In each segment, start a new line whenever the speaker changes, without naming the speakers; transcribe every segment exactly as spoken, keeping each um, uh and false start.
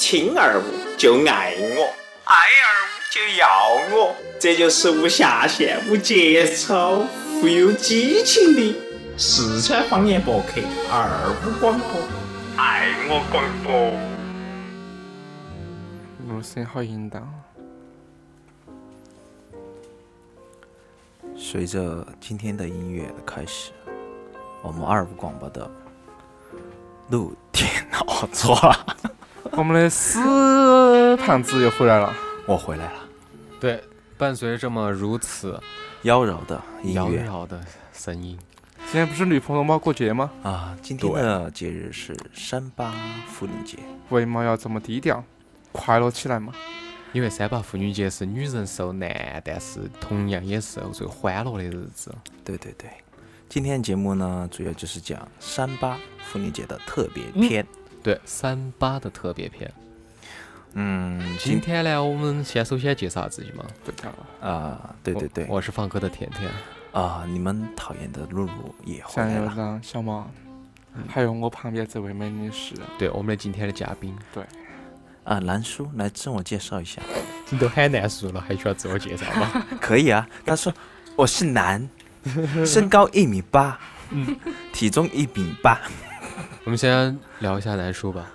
听二五就爱我，爱二五就要我，这就是无下限、无节操、富有激情的四川方言博客二五广播，爱我广播。
我声音好淫荡。
随着今天的音乐的开始，我们二五广播的录电脑错了，
我们的死胖子又回来了，
我回来了。
对，伴随着么如此
妖娆的音
妖
乐，
娆的声音。
今天不是女朋友猫过节吗？
啊，今天的节日是三八妇女节，
为毛要这么低调？快乐起来嘛！
因为三八妇女节是女人受难，但是同样也是最欢乐的日子。
对对对，今天节目呢，主要就是讲三八妇女节的特别篇。
嗯、对，三八的特别篇。
嗯，
今天呢，我们先首先介绍自己嘛。
对啊，
呃，对对对，
我, 我是放歌的甜甜。
啊、呃，你们讨厌的露露也回
向
来了。
右让小毛，嗯、还有我旁边这位美女是，
对，我们的今天的嘉宾。
对。
啊，南叔来自我介绍一下。
你都喊南叔了，还需要自我介绍吗？
可以啊，他说我是男，身高一米八，嗯，体重一米八。
我们先聊一下南叔吧。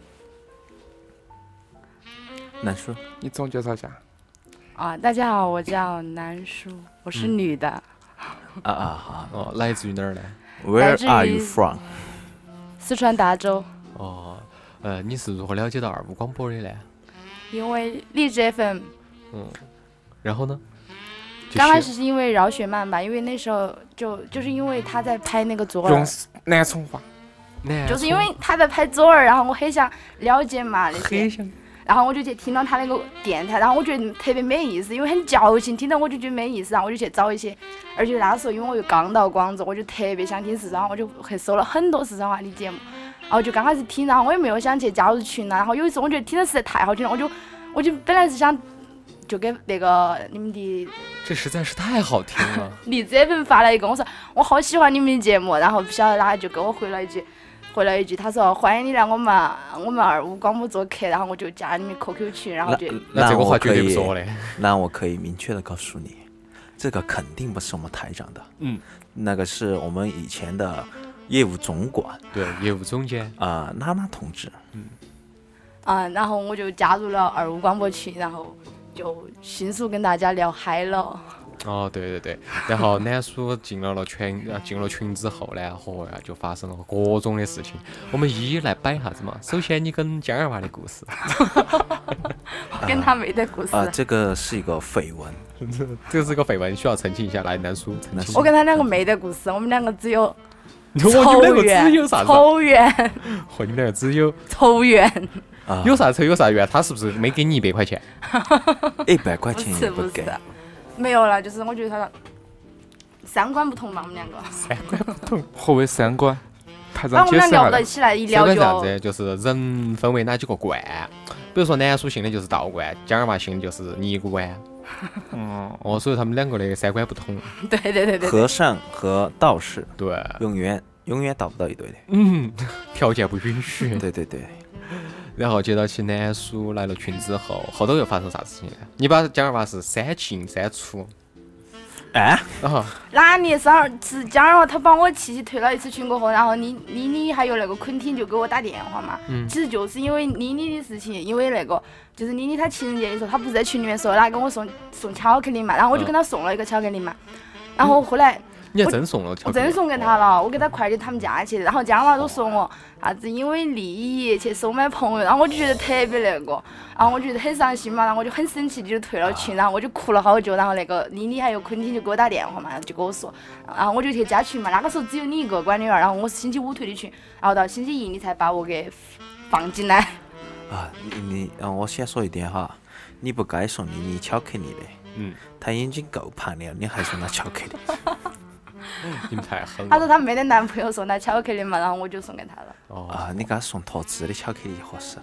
南叔，
你自我介绍一下。
啊，大家好，我叫南叔，我是女的。
嗯、啊啊好
哦，来自于哪儿呢
？Where are you from？
四川大洲。
哦。呃，你是如何了解到二五广播的呢？
因为荔枝 F M。
嗯，然后呢？
刚开始是因为饶雪漫吧，因为那时候就就是因为他在拍那个左耳。
用南充话。
就是因为他在拍左耳，然后我很想了解嘛那些。
很想。
然后我就去听到他那个电台，然后我觉得特别没意思，因为很矫情，听到我就觉得没意思，然后我就去找一些，而且那时候因为我又刚到广州，我就特别想听四川话，我就会搜了很多四川话的节目。然后就刚开始听，然后我也没有想去加入群啊。然后有一次我觉得听的实在太好听了，我就我就本来是想就给那个你们的，
这实在是太好听了。
荔枝 F M 发了一个，我说我好喜欢你们的节目，然后不晓得哪就给我回了一句，回了一句，他说欢迎你来我们我们二五广播做客，然后我就加你们 Q Q 群，然后就
那这个话绝对不是我的。
那我可以明确的告诉你，这个肯定不是我们台长的，
嗯，
那个是我们以前的。业务总管，
对，业务总监
啊，娜娜同志，
嗯，啊，然后我就加入了二五广播群，然后就迅速跟大家聊嗨了。
哦，对对对，然后南叔进了了群，进了群之后呢，嚯呀，就发生了各种的事情。我们一一来摆一下子嘛。首先，你跟江二娃的故事，
跟他没得故事
啊、呃，这个是一个绯闻，
这是个绯闻，需要澄清一下。来，南叔澄清。
我跟他两个没得故事，我们两个只有。
仇怨，
仇怨，
和你们两个只有
仇怨，
啊、
有啥仇有啥怨？他是不是没给你一百块钱？
一百块钱也
不
给，
没有了，就是我觉得他三观不同嘛，我们两个
三观不同。
何谓三观？台
长解释下来。我们俩聊到起来，一聊就。
这样子，就是人分为哪几个观？比如说南叔信的就是道观，江二娃信的就是尼姑观。嗯，哦，所以他们两个的三观不同。
对对对对。
和尚和道士，
对，
永远永远到不到一堆的。
嗯，条件不允许。
对对对。
然后接到起南叔来了群之后，后头又发生啥事情呢？你把江二娃是三进三出。
哎，
哦，
哪里是二是江二娃他把我琪琪推了一次群过后，然后妮妮妮还有那个昆汀就给我打电话嘛。嗯。其实就是因为妮妮的事情，因为那个就是妮妮她情人节的时候，她不是在群里面说她给我送送巧克力嘛，然后我就跟她送了一个巧克力嘛，嗯、然后后来。
你还真送了巧克力？
我真送给他了，我给他快递他们家去，然后江娃都说我啥子因为利益去收买朋友，然后我就觉得特别那个，然后我觉得很伤心嘛，然后我就很生气，就退了群，然后我就哭了好久，然后那个妮妮还有昆汀就给我打电话嘛，就跟我说，然后我就去加群嘛，那个时候只有你一个管理员，然后我是星期五退的群，然后到星期一你才把我给放进来。
啊，你你嗯，我先说一点哈，你不该送妮妮巧克力的，嗯，她已经够胖了，你还送她巧克力。
你们太狠了。
他说他没得男朋友送他巧克力嘛，然后我就送给他了。
哦啊，你给他送特制的巧克力合适。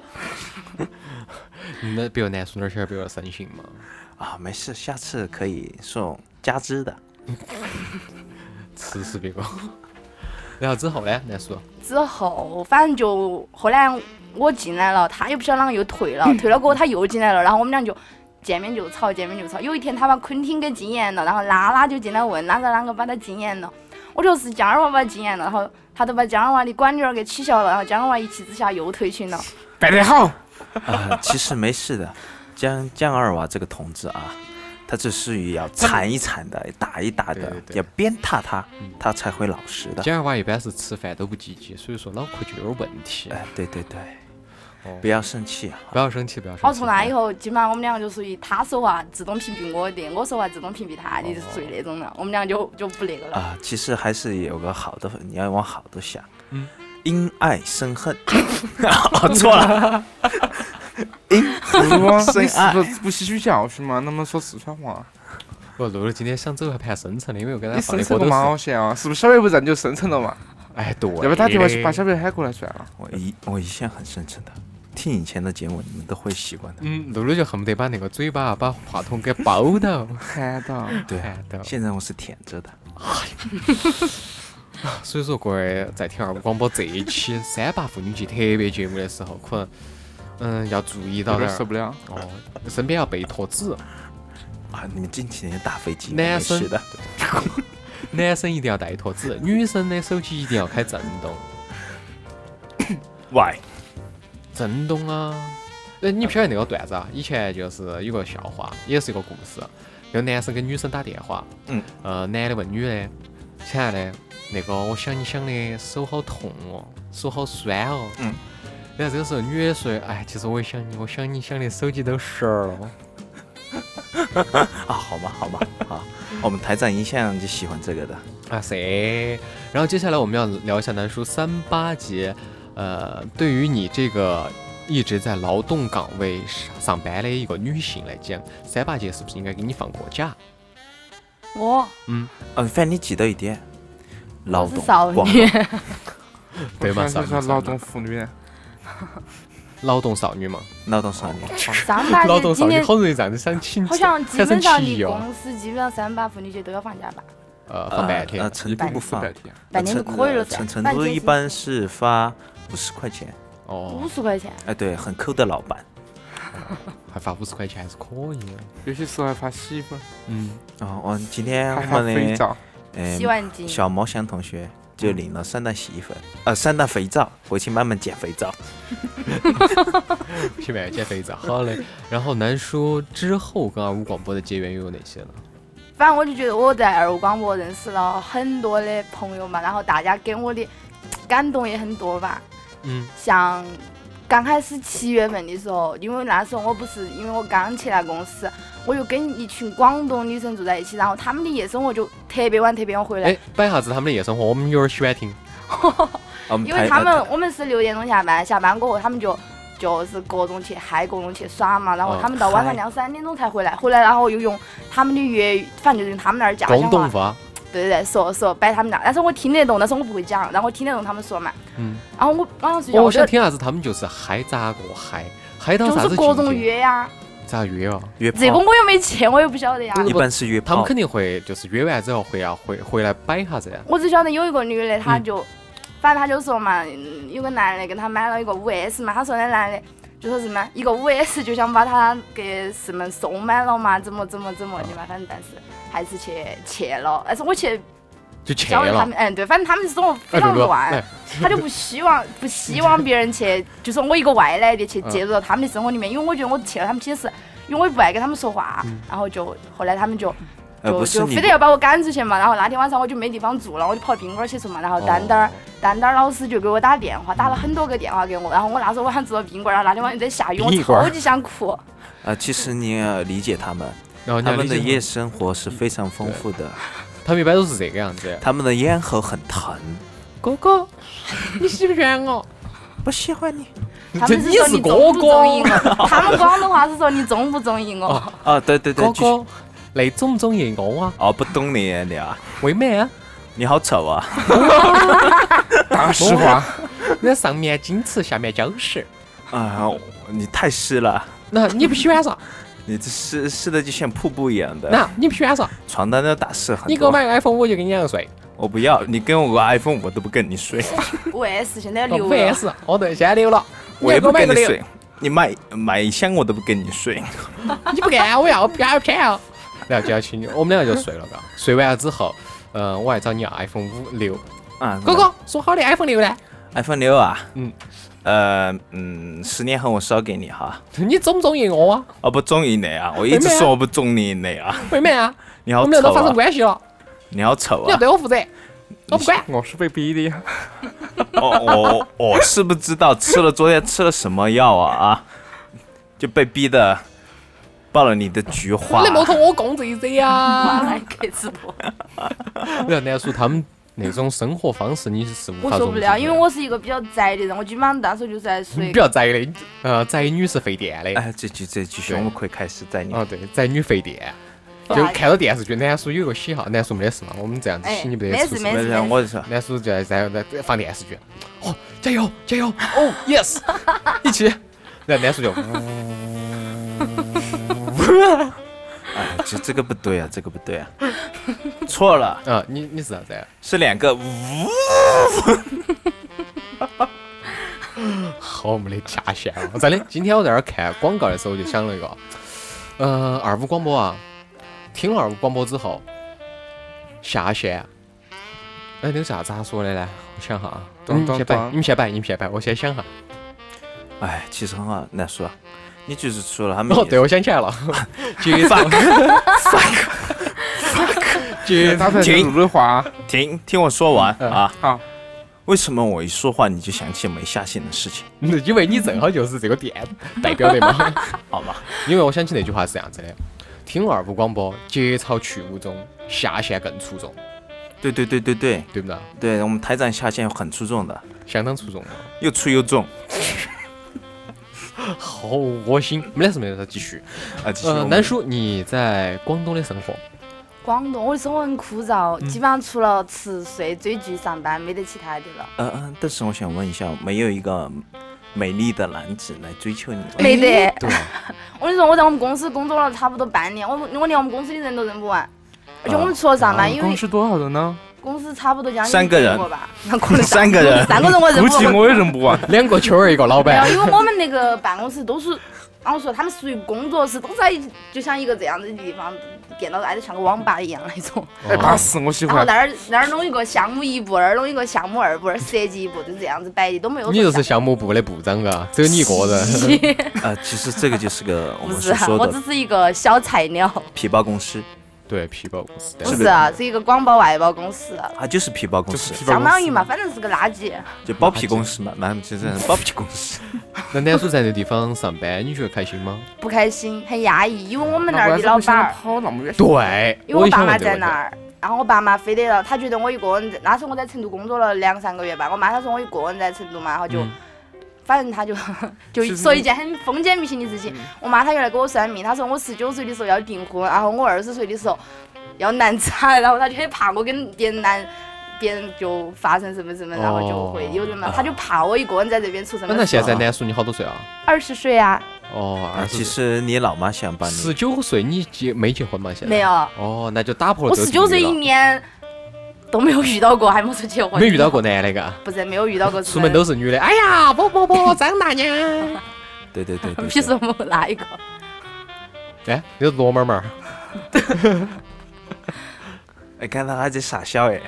那比如南叔那儿比如生性嘛。
啊，没事，下次可以送加芝的。
吃死别个。 然后之后呢，南叔？
之后反正就后来我进来了，他也不晓得啷个又退了，退了过后他又进来了，然后我们俩就见面就吵，见面就吵。有一天他把昆汀给禁言了，然后拉拉就进来问啷个啷个把他禁言了。我就是江二娃把他禁言了，然后他都把江二娃的管理员给取消了，然后江二娃一气之下又退群了。
办得好。
啊，其实没事的，江江二娃这个同志啊，他只是要缠一缠的，打一打的，
对对对
要鞭挞他，他才会老实的。
江二娃一般是吃饭都不积极，所以说脑壳就有点问题。
哎，对对对，
哦、
不要生气啊，
不要生气，不要生气。
好，从那以后，基本上我们两个就属于他说话自动屏蔽我的，我说话自动屏蔽他的，就是属于那种了。我们俩就就不那个了。
啊，其实还是有个好的，你要往好的想。
嗯。
因爱生恨，哦，错了。因
你
生爱，
是不是不吸取教训嘛？能不能说四川话？
不，露露今天想走一盘深层的，因为我跟他
你
放的歌都
深层个毛线啊！是不是小别不在你就深层了嘛？
哎，对。
要不打电话把小别喊过来算了。
我一我一向很深沉的，听以前的节目你们都会习惯的。
嗯，露露就恨不得把那个嘴巴把话筒给包到，
喊到。
对，
喊到。
现在我是舔着的。
所以说，各位在听二五广播这一期三八妇女节特别节目的时候，可能嗯要注意到点儿，
受不了
哦，身边要备坨纸
啊！你们近几年打飞机，
男生
没事的，
男生一定要带坨纸，女生的手机一定要开震动。
Why？
震动啊！呃，你不晓得那个段子啊？以前就是有个笑话，也是一个故事，有男生跟女生打电话，
嗯，
呃，男的问女的，亲爱的，那个我想你想的手好痛哦，手好酸哦，
嗯，
然后这个时候女的说，哎，其实我也想你，我想你想的手机都折了。
啊，好吧，好吧，好，我们台长一向就喜欢这个的
啊，是。然后接下来我们要聊一下南叔三八节，呃，对于你这个一直在劳动岗位上班的一个女性来讲，三八节是不是应该给你放过假？
我，
嗯，
嗯，反正你记得一点，劳动
少女，
对嘛？
少女说劳动妇女，
劳动少女嘛，
劳动少女。
三八
劳动少女
节今年
好容易让人想起，
好像基本上的
哦。
公司基本上三八妇女节都要放假吧？
呃，放半天，
呃，成都不放，
半天就可以了噻。
成都一般是发五十块钱。
哦，
五十块钱。
哎，对，很抠的老板。
还发五十块钱还是可以的，
有些时候还发洗衣粉。
嗯，
哦，我今天我们的
呃洗碗巾
小毛翔同学就领了三袋洗衣粉，呃，三袋肥皂，回去慢慢捡肥皂。
去买捡肥皂，好嘞。然后南叔之后跟二五广播的结缘又有哪些呢？
反正我就觉得我在二五广播认识了很多的朋友嘛，然后大家给我的感动也很多吧。
嗯，
像刚开始七月份的时候，因为那时候我不是因为我刚去那公司，我又跟一群广东女生住在一起，然后他们的夜生活就特别晚特别晚回来。
哎，摆下子他们的夜生活，我们有点喜欢听。
因为他们我们是六点钟下班，下班过后他们就就是各种去嗨，各种去耍嘛，然后他们到晚上两三点钟才回来，回来然后又用他们的粤语，反正就是用他们那儿家乡话。对对对，说说摆他们那，但是我听得懂，但是我不会讲，然后我听得懂他们说嘛。嗯。然后我晚上睡觉，
我想听啥子，他们就是嗨咋个嗨，嗨到啥子
就是各种约呀。
咋约啊？
约炮。
这个我又没去，我又不晓得呀。
一般是约炮。
他们肯定会就是约完之后会要回回来摆下子呀。
我只晓得有一个女的，她就，反正她就说嘛，有个男的跟她买了一个五 S 嘛，她说那男的。就说什么一个五 S 就想把他给什么送满了嘛，怎么怎么怎么的嘛，反正但是还是去去了，但是我去
就去了。
他们嗯对，反正他们生活非常乱，他就不希望不希望别人去，就说我一个外来的去介入到他们的生活里面，因为我觉得我去了他们寝室，因为我也不爱跟他们说话，然后就后来他们就。就就非得要把我赶出去嘛，然后那天晚上我就没地方住了，我就跑宾馆去住嘛，然后丹丹儿丹丹儿老师就给我打电话，打了很多个电话给我，然后我那时候晚上住到宾馆，然后那天晚上在下雨，我超级想哭。
啊，其实你要理解他们，他们的夜生活是非常丰富的，
他们一般都是这个样子，
他们的咽喉很疼。
哥哥，你喜不喜欢我？
不喜欢你。
他们是说你中不中意我？他们广东话是说你中不中意我？
啊，对对对，
哥哥。你中唔中意我啊？
哦，不懂你你啊？
为咩啊？
你好丑啊！
大实话，
那上面矜持，下面娇实。
啊，你太湿了。
那你不喜欢啥？
你这湿湿的就像瀑布一样的。
那你选啥？
床单都打湿很多。
你给我买个 iPhone 五就跟你两个睡。
我不要，你跟我个 iPhone 我都不跟你睡。
五 S 现在留了。
五 S 哦对，现在留了。
我也不跟你睡。你买买一箱我都不跟你睡。
你不干，我要不要骗哦？然后就要去，我们两个就睡了，嘎。睡完了之后，呃，我还找你 iPhone 五六。啊，哥哥说好的 iPhone 六呢
？iPhone 六啊？
嗯。
呃嗯，十年后我烧给你哈。
你中不中意我啊？
我不中意你啊！我一直说我不中意你啊。
为咩啊？
你好丑啊！
我们俩都发生关系了。
你好丑啊！
你要对我负责。我不管，
我是被逼的。
哦我我是不知道吃了昨天吃了什么药啊啊，就被逼的爆了你的菊花。
你莫同我讲这些呀！
还可以直播。
然后南叔他们。那种生活方式你是无
法我受不了，因为我是一个比较宅的人，我基本上当时就是在睡。
比较宅的，呃，宅女是费电的。
哎，这句这句我们可以开始宅女。
哦，对，宅女费电。就看到电视剧，南叔有个喜好，南叔没得事嘛，我们这样子洗你不得出事。
没事没事。
我是
南叔就在在在放电视剧。哦，加油加油！哦 ，yes， 一起。然后南叔就。
哎，这这个不对啊，这个不对啊，错了
啊！你你是啥子？
是两个呜，
好没得下限啊！真的，今天我在这儿看广告的时候，我就想了一个，呃，二五广播啊，听了二五广播之后，下线。哎，那个啥咋说的呢？我想哈，你们先摆，你们先摆，你们先摆，我先想哈。
哎，其实很好，难说。你就是说了他们。
哦，对，我想起来了。接 fuck fuck fuck， 接
打算录的话，
停，听我说完啊。
好。
为什么我一说话你就想起没下线的事情？
因为你正好就是这个店代表的嘛。
好吧。
因为我想起那句话是这样子的：听二五广播，节操去无踪，下线更出众。
对对对对对，
对不对？
对，我们台长下线很出众的，
相当出众的，
又粗又重。
好恶心，没得事没得事，继续。
啊，继续。
呃，南叔，你在广东的生活？
广东，我的生活很枯燥，嗯、基本上除了吃、睡、追剧、上班，没得其他的了。
嗯、呃、嗯，但是我想问一下，没有一个美丽的男子来追求你吗？
没得。
对。
我跟你说，我在我们公司工作了差不多半年，我我连我们公司的人都认不完，而且我们除了上班，因为
公司多少人呢？
公司差不多将近
三个人
吧，
三个人，
三个人我认不完，
估计我也认不完，
两个圈儿一个老板。
因为我们那个办公室都是，然后说他们属于工作室，都在就像一个这样子的地方，电脑挨得像个网吧一样那种。
哎，巴适，我喜欢。
然后那儿那儿弄一个项目一部，那儿弄一个项目二部，那儿设计一部，就这样子摆的都没有。
你就是项目部的部长嘎，只有你一个人。
啊，其实这个就是个我们
所说的，我只是一个小菜鸟。
皮包公司。
对，皮包公司
不是啊，是一个广播外包公司。
它就是皮包公司，
相当于嘛，反正是个垃圾。
就包皮公司嘛，那就是包皮公司。
那南叔在那地方上班，你觉得开心吗？
不开心，很压抑，因为我们那儿的老板
跑那么远。
对，
因为我爸妈在那儿，然后我爸妈非得了，他觉得我一个人在，那时候我在成都工作了两三个月吧，我妈她说我一个人在成都嘛，然后就。嗯反正他就就说一件很封建迷信的事情，我妈她原来给我算命，她说我十九岁的时候要订婚，然后我二十岁的时候要难产，然后她就很怕我跟别人难，别人就发生什么什么，然后就会有人嘛，她就怕我一个人在这边出什么。
那现在南叔你好多岁啊？
二十岁啊。
哦，二十。
其实你老妈想把你。
十九岁你结没结婚吗？现在
没有。
哦，那就打破了。
我十九岁一年。都没有遇到过，还没说结婚。
没遇到过男的嘎？
不是，没有遇到过。
出门都是女的。哎呀，不不不，张大娘。
对对对对。
凭什么哪一个？
哎，你是罗妹妹。
哎，看他还在傻笑哎。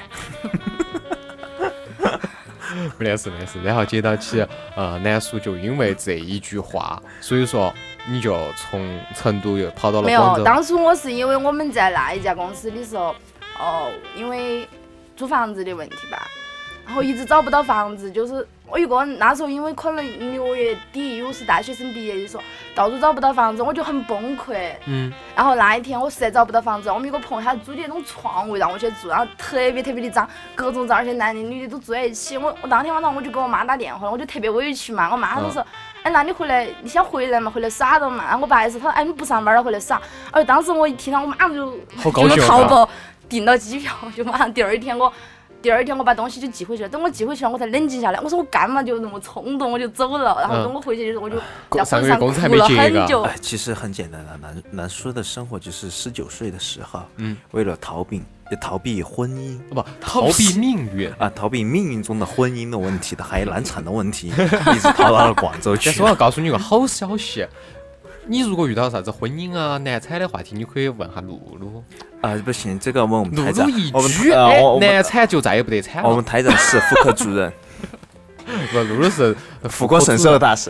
没得事没得事。然后接到起，呃，南叔就因为这一句话，所以说你就从成都又跑到了广州。
没有，当初我是因为我们在那一家公司的时候，哦，因为。租房子的问题吧，然后一直找不到房子，就是我一个人那时候，因为可能六月底又是大学生毕业的时候，到处找不到房子，我就很崩溃。
嗯。
然后那一天我实在找不到房子，我们有个朋友他租的那种床位让我去住，然后特别特别的脏，各种脏，而且男的女的都住在一起。我我当天晚上我就给我妈打电话，我就特别委屈嘛，我妈就说，嗯、哎，那你回来，你先回来嘛，回来耍着嘛。然后我爸也是，他说，哎，你不上班了，回来耍。而当时我一听到，我马上就
好高兴
就淘宝。订了机票，就马上第二天我，第第二天我把东西就寄回去了，等我寄回去了，我才冷静下来。我说我干嘛就那么冲动，我就走了。然后等我回去的时候，我就在
上
火车上哭
个月工资还没结个
了很久。
哎，其实很简单的，南南叔的生活就是十九岁的时候，
嗯，
为了逃避逃避婚姻
不逃避命运。
啊，逃避命运中的婚姻的问题的，还有难产的问题，一直逃到了广州去
但是。我要告诉你个好消息，你如果遇到啥子婚姻啊、难产的话题，你可以问下露露。
啊，不行，这个问我们
露
台长
露一，
我们
句，
呃，我我们
难产就再也不得产了。
我们台长是妇科主任，
不，露露是
妇科神兽大使。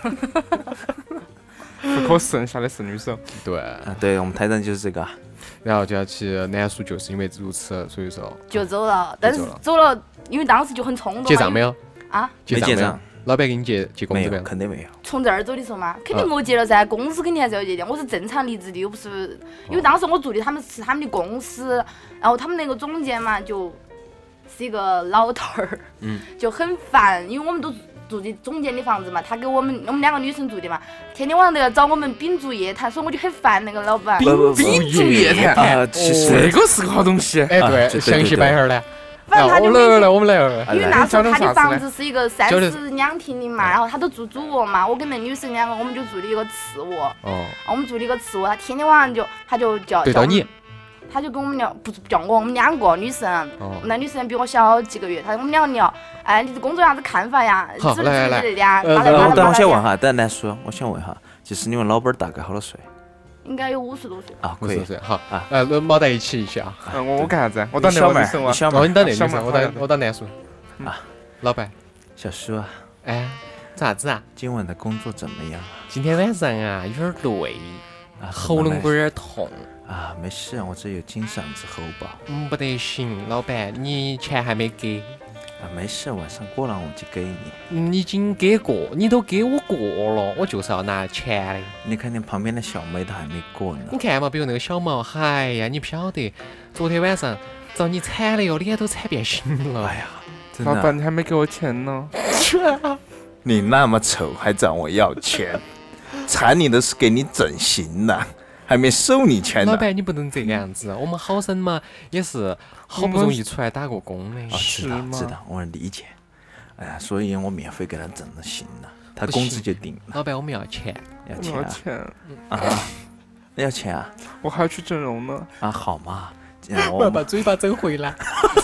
妇科剩下的是女手。
对，
啊，对我们台长就是这个。
然后就要去南叔，就是因为如此，所以说
就走了，但是
就走了
走了，因为当时就很冲动嘛。
结账没有？
啊？
结账没有
没结账？
老板给你结结工
没有，
资没有？
肯定没有。
从这儿走的时候嘛，肯定没结了噻，工资肯定还是要结的。我是正常离职的，又不是，因为当时我住的他们是他们的公司，然后他们那个总监嘛，就是一个老头儿，
嗯，
就很烦，因为我们都住的总监的房子嘛，他给我们我们两个女生住的嘛，天天晚上都要找我们秉烛夜谈，所以我就很烦那个老板。
不不不
秉烛夜谈
啊，其实
这个是个好东西。
哎，对，
啊对对
详细摆一下儿呢。
反正他就
我来来，我们来来。
因为那时候他的房
子
子是一个三
交流
室两厅的嘛，然后他都住主卧嘛，我跟那女生两个我们就住的一个次卧，
哦，
我们住的一个次卧，他天天晚上就他就叫
对到你，
他就跟我们聊，不是叫我，我们两个女生，
哦
那女生比我小几个月，他跟我们两个聊，哎，你这工作有啥子看法呀？
好
之类
来来
之类的呀，
呃
巴拉巴拉
等等，我
巴拉呀，
先问哈，等南叔，我想问哈，就是你们老板大概好多岁
应该有五十多岁。
啊？可以
五十岁，好
啊，
呃，那毛在一起一起啊。
嗯，我我干啥子？我当
你小妹儿，
那女生啊。
哦，
你小妹儿
你当那女生，
小妹儿
我当我当男叔。
啊，
老板，
小叔啊，
哎，做啥子啊？
今晚的工作怎么样
今天晚上啊，有点累，
啊？
喉咙有点痛。
啊，没事，我这有金嗓子喉宝
嗯，不得行，老板，你钱还没给。
啊，没事，晚上过了我就给你。
嗯，已经给过，你都给我过了，我就是要拿钱的。
你看你旁边的小妹都还没过呢
你。看嘛，比如那个小毛，哎呀，你不晓得，昨天晚上遭你惨了哟，脸都惨变形了。
哎呀，真的，
老板，你还没给我钱呢。
你那么丑还找我要钱，惨你的是给你整形呢，还没收你钱呢。
老板，你不能这个样子，我们好生嘛也是好不容易出来打过工的。
哦，知道
是吗
知道，我理解。哎呀，所以我免费给他整了行了，他
不
工资
行
就顶了。
老板，我们要钱。
要
我要
钱啊
钱，
啊！要钱啊
我还要去整容呢。
啊！好嘛，这样我
我要把嘴巴整回来。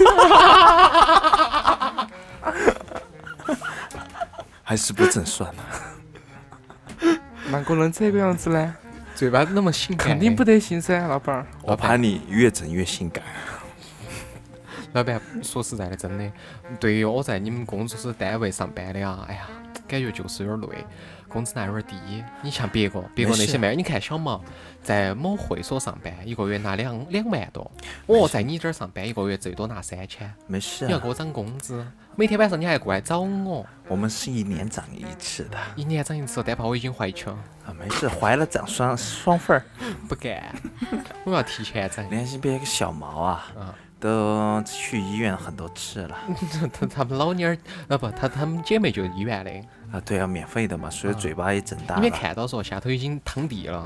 还是不整算了。
哪个能这个样子呢？
嘴巴那么性感，
肯定不得行噻，老板儿。
我怕你越整越性感。
老板，说实在的，真的，对于我在你们工作室单位上班的啊，哎呀，感觉就是有点累，工资拿有点低。你像别个，别个那些妹儿，你看小毛在某会所上班，一个月拿两两万多，我在你这儿上班，一个月最多拿三千。
没事啊
你要给，我涨工资，每天晚上你还过来找我，
我们是一年涨一次的
一年涨一次，但怕我已经怀球，
啊，没事，怀了涨双双份儿。
不干，我要提前涨。
联系别个小毛啊，
啊，
都去医院很多次了
他他们老妞儿，啊不，他他们姐妹就医院的，
啊，对啊，免费的嘛，所以嘴巴也整大
你没
了。
看到说下头已经躺地了，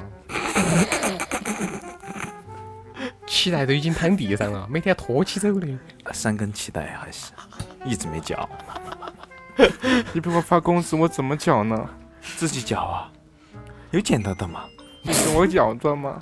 脐带都已经躺地上了，每天拖起走的。
三根脐带还是一直没缴，
你不给我发工资，我怎么缴呢？
自己缴啊，有捡到的吗？
不是我缴的吗？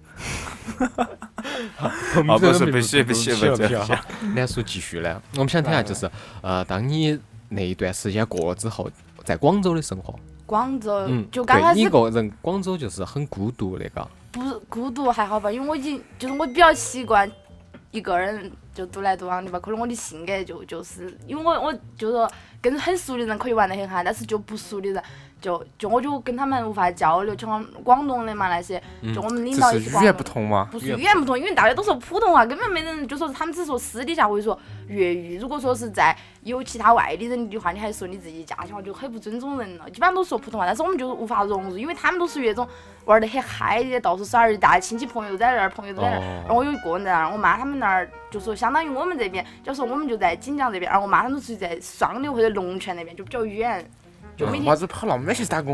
啊，不是，不是，不是，不是，不是。
南叔继续呢，我们想听下就是，呃，当你那一段时间过了之后，在广州的生活，
广州
嗯，
就刚开始
对你一个人，广州就是很孤独那个，
不是孤独还好吧，因为我已经就是我比较习惯一个人就独来独往的吧，可能我的性格就就是因为我我就说跟很熟的人可以玩得很嗨，但是就不熟的人就就我就跟他们无法交流，像广东的嘛那些，就我们领导
这
也是广东
是语言不。同吗？
不是语言不同，因为大家都说普通话，根本没人就说他们只说私底下会说粤语。如果说是在有其他外地人的话，你还说你自己家乡话，就很不尊重人了。基本上都说普通话，但是我们就无法融入，因为他们都属于那种玩得很嗨的，到处耍儿，大家亲戚朋友都在那儿，朋友都在那儿。
哦
然后我有一个人在那儿，我妈他们那儿就说相当于我们这边，假如说我们就在锦江这边，然后我妈他们都是在双流或者龙泉那边，就比较远。就每天
为啥子跑那么远去打工呢？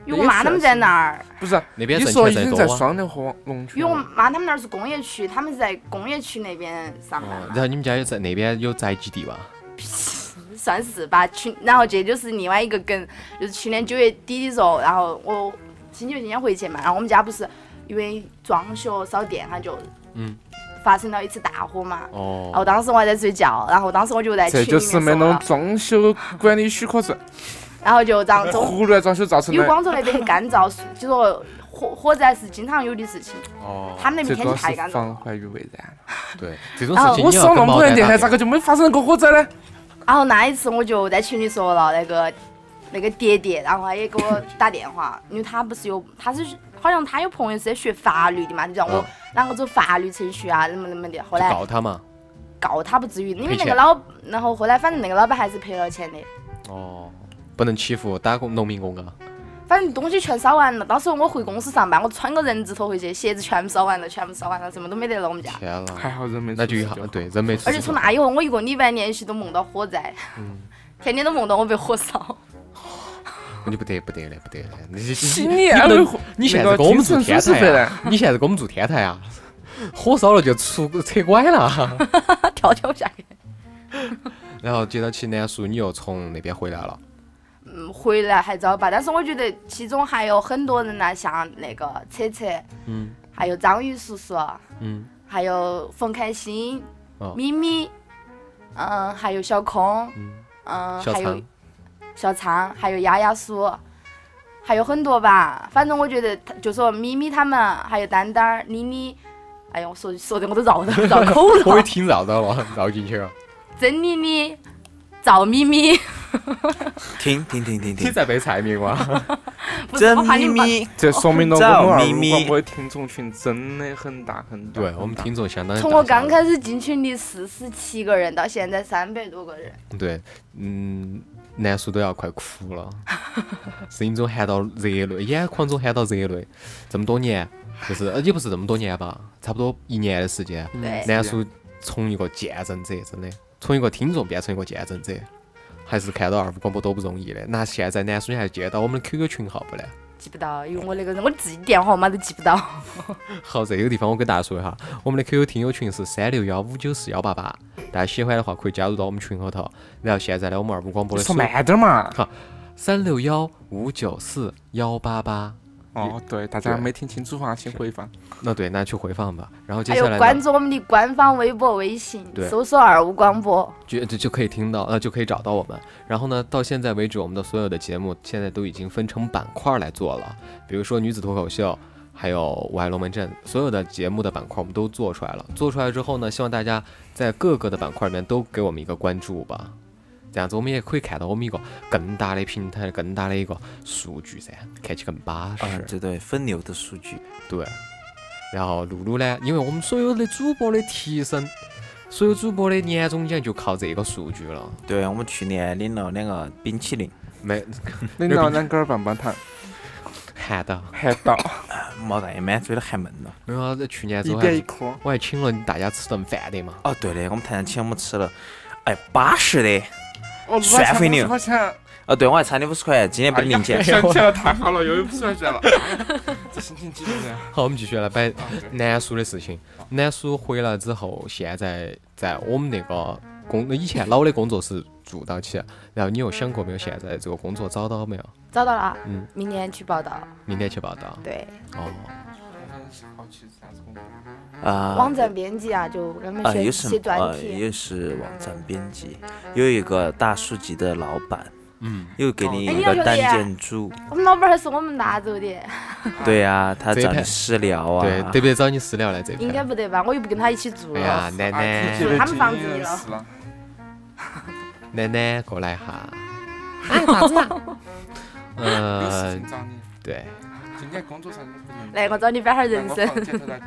因为我妈他们在那儿。
不是，
那边挣
你说已
钱最多啊。
经在双流和龙泉
因为我
了。
妈他们那儿是工业区，他们是在工业区那边上班
哦，
嘛
然后你们家有在那边有宅基地吧？
算是吧。去，然后这就是另外一个梗，就是去年九月底的时候，然后我星期六今天回去嘛，然后我们家不是因为装修烧电，它就
嗯
发生了一次大火嘛。然
哦，
后当时我还在睡觉，然后当时我就在群里面
这就是没
说了，
弄装修管理许可证，
然后就让中
胡乱装修造成的。
因为广州那边很干燥，就说火火灾是经常有的事情。
哦，
他们那边天
最主要是
气太干燥了。
防患于未然。
对，这种
然后
事情你要
我说那
跟毛蛋
么多年电台，
打电
咋个就没发生过火灾呢？
然后那一次我就在群里说了那个那个爹爹，然后他也给我打电话，因为他不是有他是好像他有朋友是在学法律的嘛，就让我
嗯
让我走法律程序啊，怎么怎么的。后
就
来
告他嘛。
告他不至于，因为
赔钱
那个老，然后后来反正那个老板还是赔了钱的。
哦，不能欺负打工农民工啊。
反正东西全烧完了，当时我回公司上班，我穿个人字拖回去，鞋子全部烧完了，全部烧完了，什么都没得了我们家。
天了，
还好人没
那就一下
出事就好
对人没出
而且
事
从那以后，我一个礼拜连续都梦到火灾，
嗯
天天都梦到我被火烧。
你不得不得了，不得了！你你
新
你不能
年的
你现在跟我们住天台
呀、
啊？你现在跟我们住天台啊？火烧了就出扯拐了。
跳跳下去。
然后接到起南叔，你又从那边回来了。
嗯，回来还早吧，但是我觉得其中还有很多人呢，像那个车车，
嗯
还有章鱼叔叔，
嗯
还有冯开心、
哦
咪咪，嗯，还有小空，
嗯，
嗯，还有
小仓
小仓，还有丫丫叔，还有很多吧。反正我觉得他，就说咪咪他们，还有丹丹儿、妮妮，哎呀，我说说的我都绕绕绕口
我一
了。
听绕到了，绕进去了。
曾妮妮、赵咪咪，
停停停停
你
停，
在背菜名吗？
不是我
真
怕你们把
咪咪，
这说明了
赵
我们二五
咪咪
广播的听众群真的很大很大。
对我们听众相当于
从我刚开始进群的四十七个人，到现在三百多个人。
对，嗯，南叔都要快哭了，声音中含到热泪，眼眶中含到热泪。这么多年，就是呃也不是这么多年吧，差不多一年的时间，
对
南叔从一个见证者，真的从一个听众变成一个见证者，还是看到二五广播多不容易的。那现在南叔你还记得到我们的 Q Q 群号不呢？
记不到，因为我那个人我自己电话号码都记不到。
好，这个地方我给大家说一下，我们的 Q Q 听友群是三六幺五九四幺八八，大家喜欢的话可以加入到我们群后头。然后现在呢，我们二五广播的
说
所
慢点嘛。
好，三六幺五九四幺八八。
哦，对，大家
对
没听清楚的话，请回放。
那对，那去回放吧。然后接
还有
下来呢，
关注我们的官方微博、微信
对，
搜索“二五广播
就就就可以听到，呃，就可以找到我们。然后呢，到现在为止，我们的所有的节目现在都已经分成板块来做了，比如说女子脱口秀，还有我爱龙门阵，所有的节目的板块我们都做出来了。做出来之后呢，希望大家在各个的板块里面都给我们一个关注吧。这样子我们也可以看到我们一个更大的平台、更大的一个数据噻，看起更巴适。
啊，对对，分流的数据，
对，然后露露呢，因为我们所有的主播的提升，所有主播的年终奖就靠这个数据了。
对我们去年领了两个冰淇淋，
没
领到两根棒棒糖，
喊到，
还到
毛蛋也满嘴都含闷了。
然后在去年之
一
后还
点一颗。
我还请了大家吃顿饭的嘛。
哦，对的，我们台上请我们吃了，哎，巴适的。
哦，
涮肥牛
多少钱？
哦，对，我还差你五十块，今年不能零钱。
想起来太好了，又有五十块钱了。这心情激动噻。
好，我们继续来摆南叔的事情。南叔回来之后，现在在我们那个工以前老的工作室住到起，然后你有想过没有，现在这个工作找到没有？”，
找到了，
嗯，
明年去报道。
明天去报道。
对，
哦，
好奇是啥子工作？
啊，
网站编辑啊，就给我们
啊，
写
又是
写专
呃，
题。
又是网站编辑，有一个大书记的老板，
嗯，
又给你
哎
一个单
你要晓得呀
件组，
我们老板还是我们拿走的，
对呀，他
这一盘
找你私聊啊，
对，得不得找你私聊来这
应该
边？
不得吧？我又不跟他一起住了。
哎呀，奶奶，
是他们放弃了
是了。
奶奶过来哈。哎，啥子啊？
有事
呃
情，找你。
对，
今天工作上有不能。
来，我找你摆下人
来我
生。
房间头来谈。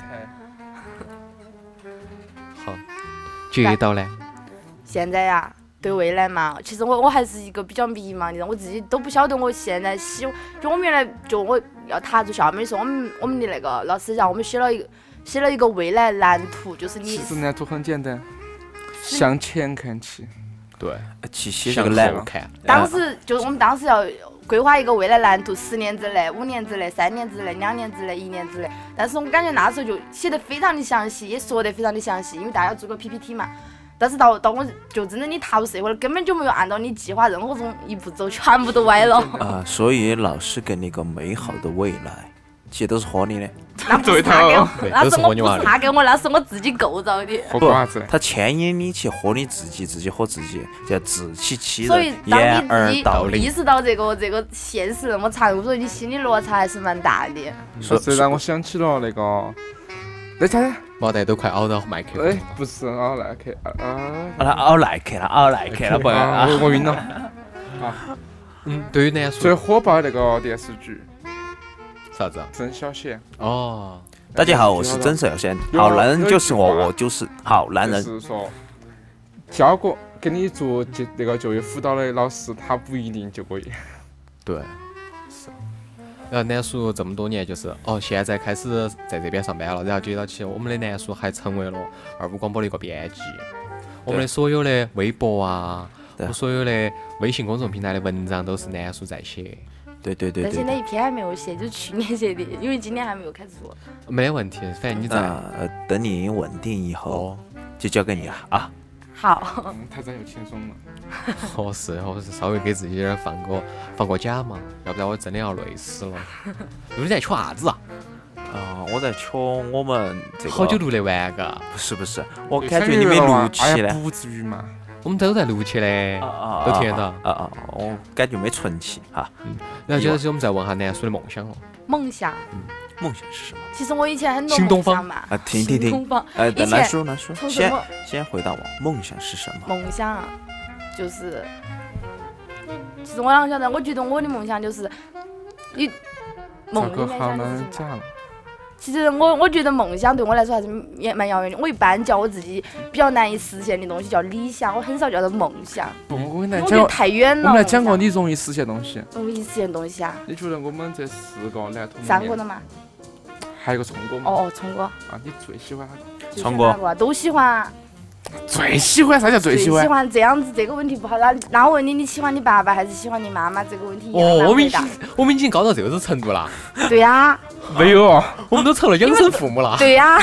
好，接到呢？
现在呀、对未来嘛，其实我我还是一个比较迷茫的人，我自己都不晓得我现在希，就我们原来就我要踏入校门的时候，我们我们的那个老师让我们写了一个写了一个未来蓝图，就是你
其实蓝图很简单，向前看齐。
对，
七夕这
向
个蓝
后看。
当时就是我们当时要规划一个未来蓝图，十年之内、五年之内、三年之内、两年之内、一年之内。但是我感觉那时候就写得非常的详细，也说得非常的详细，因为大家要做个 P P T 嘛。但是到到我就真正你踏入社会了，根本就没有按照你计划任何中一步走，全部都歪了。
啊，所以老师给你一个美好的未来，其实都是和你的。
那不是他给我，
对
那是我不
都是和你娃的
是他给我，那是我自己构造的。
喝瓜子，
他牵引你去和你自己，自己和自己，叫自欺欺
所以
人，
当
掩耳
你
盗铃。
自己意识到这个这个现实那么残酷，所以你心理落差还是蛮大的。
说
这让我想起了那个，那啥？
毛蛋都快熬到麦克
哎
了。，
不是啊，耐克啊啊！
啊，他熬耐克了，熬耐克了，不然
啊，
啊。
我我晕了。
嗯，对于男
最
叔
火爆的那个电视剧
啥子啊？
《曾小贤
哦，
大家好，我是曾少贤，
有
好男人就是我，
有一句话
我就是好》，男
就
人。
是说，教过给你做就那个就业辅导的老师，他不一定就过瘾。
对，是。然后南叔这么多年就是哦，现在开始在这边上班了，然后接到起我们的南叔还成为了二五广播的一个编辑，我们的所有的微博啊，我
对
们所有的微信公众平台的文章都是南叔在写，
对对对对对。
但现在一篇还没有写，就去年写的，因为今年还没有开始做。
没得问题，反正你在。
那呃等你稳定以后，
哦，
就交给你了啊。
好，
嗯，台长又轻松了。
哦是，我是稍微给自己点儿放个放个假嘛，要不然我真的要累死了。你在吃啥子啊？
啊，我在瞧我们这个。
好久录得完嘎？
不是不是，我感觉你没录起
哎呀，
来。
不至于嘛。
我们都在录起嘞，
啊啊
都听得到。
啊啊！我感觉没存起哈。
然后接着起我们再问下南叔的梦想了。
梦想。
梦想是什么？
其实我以前很多
新东方
梦想嘛。
啊，听听听。
新东方。
呃，
以前
来说来说，先
从什么
先回答我，梦想是什么？
梦想啊就是，其实我啷个晓得？我觉得我的梦想就是，你
找
梦应该
个好男
想的是什么？
人嫁了。
其实我我觉得梦想对我来说还是也蛮遥远的。我一般叫我自己比较难以实现的东西叫理想，我很少叫做梦想，
不，我跟你来
我觉得
讲过，
太远了。
我们来讲过
梦
你容易实现的东西。
想容易实现的东西啊，
你觉得我们这四个男同
三个的嘛。
还有个聪哥嘛？
哦哦，聪哥，
啊，你最喜欢哪个？
聪哥
最喜欢哪个啊都喜欢啊。
最喜欢啥叫最喜欢？
喜欢这样子，这个问题不好。那那我问你，你喜欢你爸爸还是喜欢你妈妈？这个问题一样
哦，
难回答
我们已经。我们已经高到这个程度了，
对呀，
没有哦。
我们都成了养生父母了。
对呀。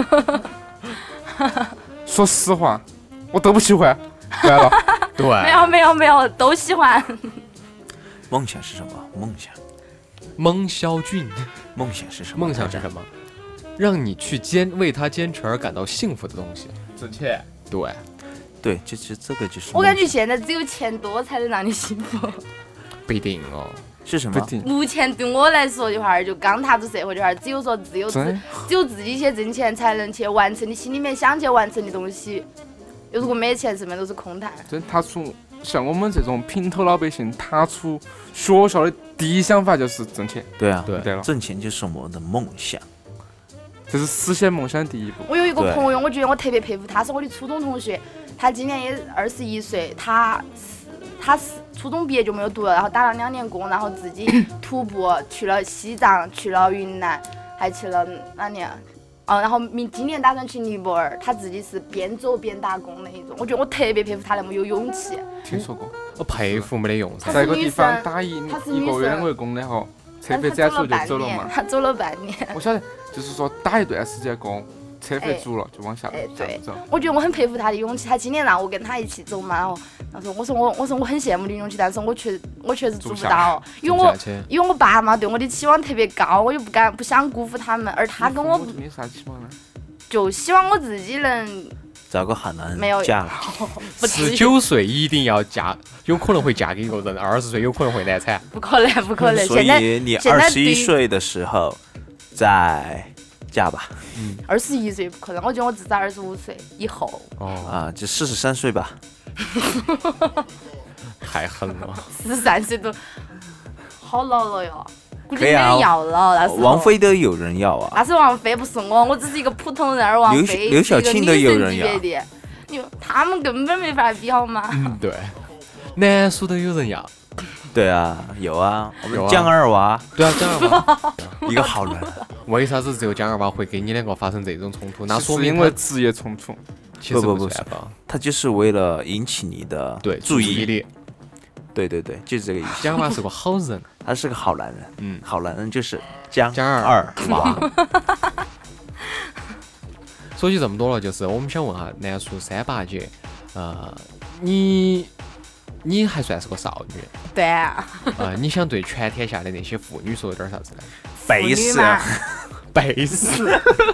说实话，我都不喜欢。完了，
没
对，
有没有没有，都喜欢。
梦想是什么？梦想，
蒙小俊，
梦想是什么？
梦想是什么？让你去坚为他坚持而感到幸福的东西。
挣钱。
对，
对，就就这个就是梦想。
我感觉现在只有钱多才能让你幸福。
不一定哦。
是什么？
不一定。
目前对我来说的话，就刚踏入社会的话，只有说只有自
真
只有自己去挣钱，才能去完成你心里面想去完成的东西。如果没钱，什么都是空谈。
真踏出像我们这种平头老百姓，踏出学校的第一想法就是挣钱。
对啊，
对
对了，
挣钱就是我的梦想。
这是实现梦想的第一步。
我有一个
对
朋友，我觉得我特别佩服他，是我的初中同学，他今年也二十一岁，他是他是初中毕业就没有读了，然后打了两年工，然后自己徒步去了西藏，去了云南，还去了哪里啊？哦，然后明今年打算去尼泊尔，他自己是边走边打工的一种，我觉得我特别佩服他那么有勇气。
听说过，
我佩服没得用噻。
她是
在一个地方
女生
打一
她是女生
一个月两个月工然后车
但是他
费展出就
走了半年
走了嘛，。
他走了半年。
我晓得，就是说打一段时间工，车费足了就往下
哎对
下走。
我觉得我很佩服他的勇气。他今年让我跟他一起走嘛，然后他说，我说我我说我很羡慕你的勇气，但是我确我确实做不到，因为我
下去
因为我爸妈对我的期望特别高，我又不敢不想辜负他们，而他跟我
你父母对你啥期望呢？
就希望我自己能
找个好男人
没有
嫁了。
不至于，
十九岁一定要嫁，有可能会嫁给一个人；二十岁有可能会难产。
不可能不可能。
所
现在
以你
现
二十
在对于
一岁的时候再嫁吧。
二十一岁不可能，我觉得我至少二十五岁以后，
哦，
啊，就四十三岁吧。
太狠了。
十三岁都好老了哟，估计
可以啊
没人要了。那时候
王菲都有人要啊。
那是王菲，不是我，我只是一个普通人，而王
刘
菲
刘晓
是一
庆都
个女神
有人要
级别的，你他们根本没法比好吗？
嗯，对，南叔都有人要。
对啊，有啊，我
有啊
们江二娃
对啊，蒋二娃，
一个好人。
为啥子只有蒋二娃会跟你两个发生这种冲突？那说
是
明他
因为职业冲突。
其实
不不不
算吧。
他就是为了引起你的
对，
注意力。
力。
对对对，就是这个意思。
蒋娃是个好人，
他是个好男人，
嗯，
好男人就是蒋
蒋
二娃。
说起这么多了，就是我们想问下南叔三八节，呃，你你还算是个少女，
对啊，
呃，你想对全天下的那些妇女说点啥子呢？
背死，
背死，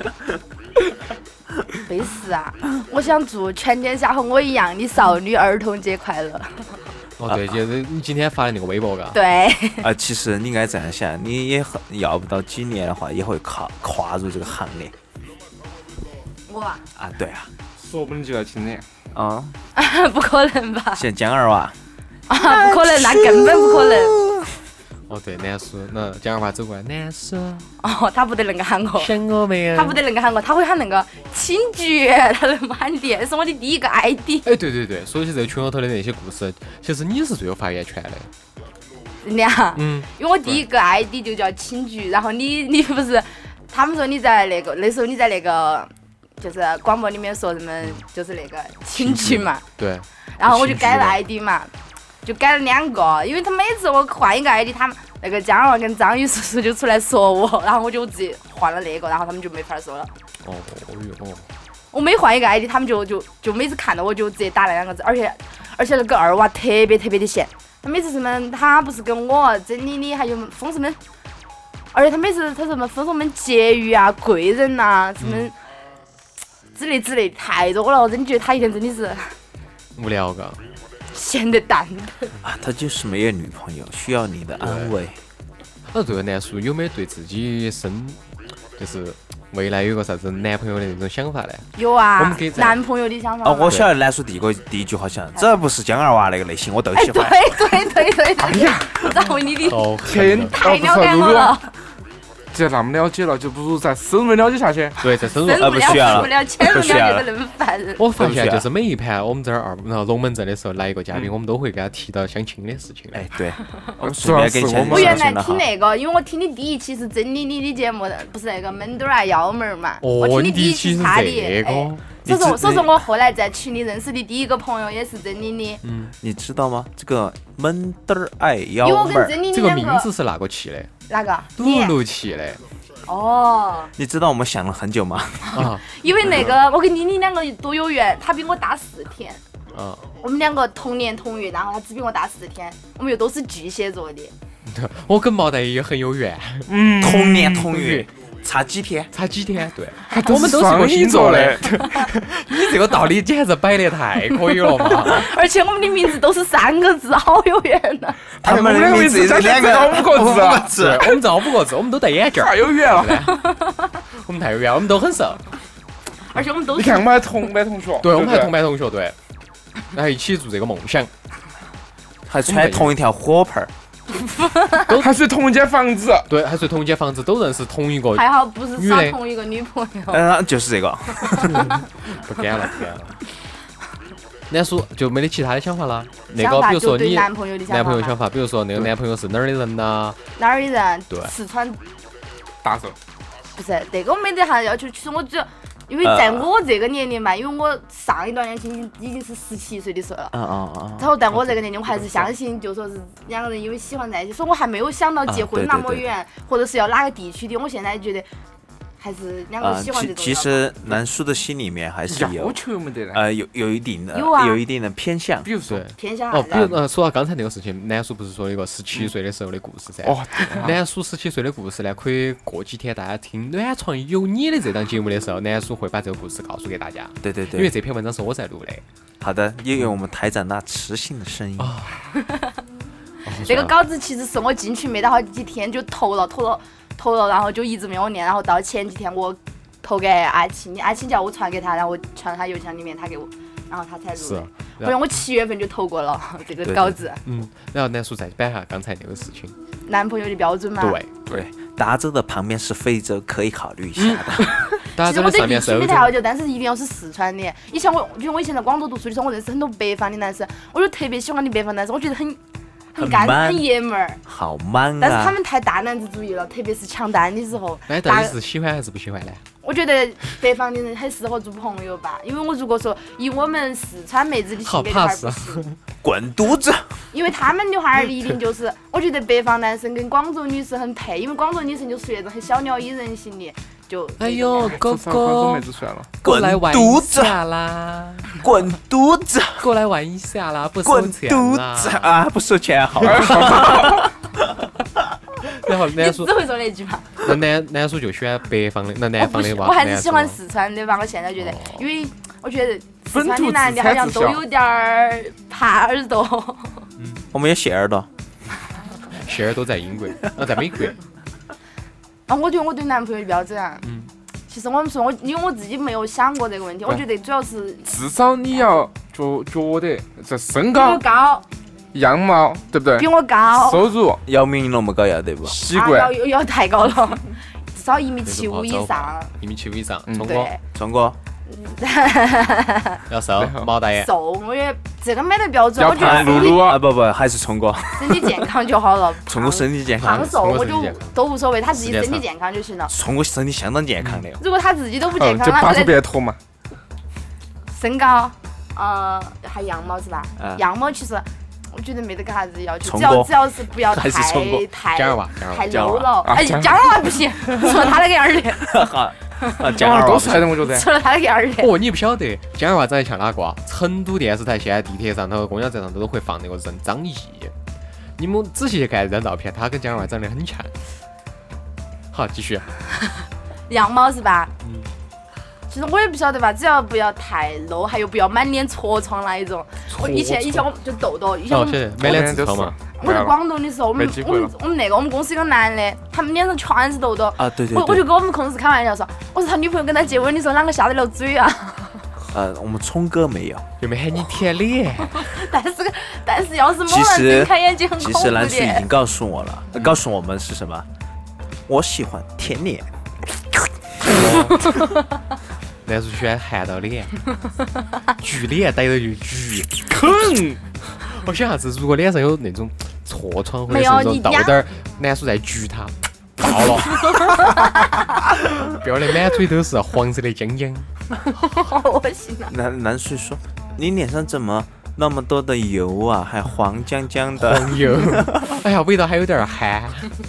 背死啊！我想祝全天下和我一样的少女儿童节快乐。
哦，对，就是你今天发的那个微博，嘎。
对。
啊，其实你应该这样想，你也很要不到几年的话，也会跨跨入这个行列。
我啊，
啊，对啊，
说不定就要听的。
啊、
不可能吧？
现在江二娃，
啊，不可能，那根本不可能。
哦，对，南叔，那蒋二娃走过来，南叔，
哦，他不得那个喊我，
想我没有？
他不得那个喊我，他会喊那个请局，他能喊的，是我的第一个 I D。
哎，对对对，说起这个群里头的那些故事，其实你是最有发言权的。
真的啊？
嗯，
因为我第一个 I D 就叫请局，然后你你不是，他们说你在那个那时候你在那个就是广播里面说什么就是那个请局嘛，
对。
然后我就改了 I D 嘛，就改了两个，因为他每次我换一个 I D， 他们那个江二娃跟张宇叔叔就出来说我，然后我就自己换了那个，然后他们就没法说了。
哦哟，
我每换一个 I D， 他们就就就每次看到我就直接打那两个字，而且而且那个二娃特别特别的闲，他每次什么他不是跟我曾妮妮还有封什么，而且他每次他什么封什么婕妤啊、贵人呐、什么之类之类太多了，我真的觉得他一天真的是
无聊嘎。
闲得蛋疼。
啊，他就是没有女朋友，需要你的安慰。
那这个南叔有没有对自己生就是未来有个啥子男朋友的那种想法呢？
有啊
我们可以，在
男朋友的想法
哦，
嘛。
我晓得南叔第一个第一句话想，这不是江二娃那个类型，我都
哎，
喜欢。
对对对对对，然后你的
哦，
天，
太了
哦不是露露，
解我了，
既然那么了解了，就不如再深入了解下去。
对，在深入
深。入
不需要了
了解不了，浅入了解的那么烦人。
我发
对不起啊
现就是每一盘我们这儿二然后龙门阵的时候来一个嘉宾，我们都会给他提到相亲的事情的。
哎，对，
主
顺
要是
便给你
我们
我原来
相亲了哈。
听那个，因为我听的第一期是曾妮妮的节目，不是那个门墩儿啊幺妹儿嘛。我
哦，你
听的第一
第一期是
期是她的，
这个
哎，所以说，所以说我后来在群里认识的第一个朋友也是曾妮妮，
你知道吗？这个闷墩儿爱
因为
幺妹儿，
我跟曾妮妮
这个
两
名字是哪个起的？
哪个？
露
你
露起的
哦，
你知道我们想了很久吗？
啊
因为那个我跟妮妮两个多有缘，她比我大四天。
啊！
我们两个同年同月，然后她只比我大四天，我们又都是巨蟹座的。
我跟毛蛋也很有缘，
嗯，
同年同月，差几天？
差几天？对，
我
我们都是个星座的。
的。
你这个道理简直摆得太可以了嘛！
而且我们的名字都是三个字，好有缘呐！
他们的名字是两个
五个字啊，
字
对，我们这五个字，我们都戴眼镜儿，
太有缘了。
我们太有缘，我们都很瘦。
而且我们都
你
是
看我们还同班同学，
对，我们还
不
同班同学，对，然后一起做这个梦想，
还穿同一条火盆儿。
还睡同一间房子。
对，还睡同一间房子，都认识同一个，
还好不是
女的
耍同一个女朋友。
嗯，就是这个。
不敢了，不敢了。南叔就没得其他的想法了。那
想
个，
法就对
比如说你
男朋友的想法嘛，
男朋友想法，比如说那个男朋友是哪儿的人呐？
哪儿的人？
对
四川
大手，
不是那个我没得啥要求，其实我只要。因为在我这个年龄嘛，因为我上一段恋情已经是十七岁的时候了，
嗯嗯嗯。
然后在我这个年龄，我还是相信，就说是两个人因为喜欢在一起，所以我还没有想到结婚那么远，或者是要哪个地区的。我现在觉得还是两个
啊，
人喜欢这种。
其其实南叔的心里面还是
要
有
求没得的。
呃有有一定的
有啊
有一定的偏向。
比如说
对，
偏向
哦，
啥子？
比如呃，说到刚才那个事情，南叔不是说了一个十七岁的时候的故事噻？
哦，
南叔十七岁的故事呢，可以过几天大家听《暖床有你》的这档节目的时候，南叔会把这个故事告诉给大家。
对对对，
因为这篇文章是我在录的。
好的，也有我们台长那磁性的声音。
哦
那个稿子其实是我进去没得好几天就投了，投了，投了，然后就一直没有念，然后到前几天我投给阿青，阿青叫我传给他，然后我传他邮箱里面，他给我，然后他才录
是
的。不然我七月份就投过了这个稿子。
嗯，然后南叔再摆下刚才那个事情。
男朋友的标准嘛？
对，
对，达州的旁边是非洲，可以考虑一下的。
大家
其实我对地
这上面是欧洲。
区没太要求，但是一定要是四川的。以前我，因为我以前在广州读书的时候，我认识很多北方的男生，我就特别喜欢的北方男生，我觉得很很干
很 man
很爷们儿。
好 man 啊！
但是他们太大男子主义了，特别是抢单的时候。
那你到底是喜欢还是不喜欢呢？
我觉得北方的人很适合做朋友吧，因为我如果说以我们四川妹子的性格的话不行，
滚犊子！
因为他们的话儿一定就是，我觉得北方男生跟广州女生很配，因为广州女生就属于那种很小鸟依人型的，就
哎呦，狗
广州
狗
妹，子算了，
过来玩一
滚犊子
下啦，
滚犊子！
过来玩一下啦，不收
滚
钱
犊
啦
子！啊！不收钱，好吧？
然后
你
南叔
只，会说那句话。
那南南叔就喜欢北方的，那南
我不喜，
方的娃，
我还是喜欢
南叔
四川的吧。我现在觉得
哦，
因为我觉得四川
本土
的男的好像都有点儿耙耳朵。
我们有蟹耳朵，
谢耳朵在英国，那在美国，
啊，我觉得我对男朋友标准啊，
嗯
其实我们说我，因为我自己没有想过这个问题，我觉得主要是
至少你要觉觉得在身
比我
高、
高，
样貌，对不对
比？我高，
收入、
姚明那么高要得不？
啊，
习惯
要，要要太高了，至少一米七五以上，
一米七五以上，
嗯
聪哥
对，
聪哥，
要瘦，毛大爷，
瘦，我觉得这个没得标准，
要
我觉得
胖，露
身体
露
啊不不，还是聪哥，
身体健康就好了，
聪哥
胖
身体健康
胖，瘦我就
聪哥身体健康
都无所谓，他自己
时间长
身体健康就行了。
聪哥身体相当健康的。
如果他自己都不
嗯，
健康，
就拔出
那在
别的头嘛。
身高，呃，还样貌是吧？
嗯
样貌其实我觉得没得个啥子要求，
聪哥
只要只要是不要太
还是聪哥
太
讲儿娃，讲儿
太
娃，
讲儿
low
娃
了。哎，
啊讲儿
讲儿娃不行，除了他那个样儿的，
哈，啊，
讲话
讲二娃
都帅的，我觉得。
除了他那个样儿的。
哦，你不晓得，讲儿娃长得像哪个啊？成都电视台现在地铁上头、公交站上都会放那个人张译。你们仔细去看这张照片，他跟讲儿娃长得很像。好，继续。
样貌是吧？
嗯
其实我也不晓得吧，只要不要太 low，还有不要满脸痤疮那一种。我以前以前我就痘痘，以前
哦，
我们
晓得，满脸痔疮嘛。
我在广东的时候，我们我们
没机会了
我们那个我们公司一个男的，他们脸上全是痘痘。
啊，对对
我我就
对，
跟我们同事开玩笑说，我说他女朋友跟他接吻的时候，啷个下得了嘴啊？
呃，我们聪哥没有。
又没喊你舔脸，
但是但是要是猛
其
然
实
睁开眼睛，很
其
恐怖
实蓝叔已经
的。
告诉我了，告诉我们是什么？我喜欢舔脸。
男叔喜欢含到脸，橘脸逮到就橘。
坑，
我想下次如果脸上有那种痤疮或者
没
是那种
有你俩
痘痘儿，男叔在橘他，爆了，标的满嘴都是黄色的浆浆。
好恶心啊！
蓝蓝叔说：“你脸上怎么那么多的油啊，还黄浆浆的
黄油，哎呀，味道还有点儿憨。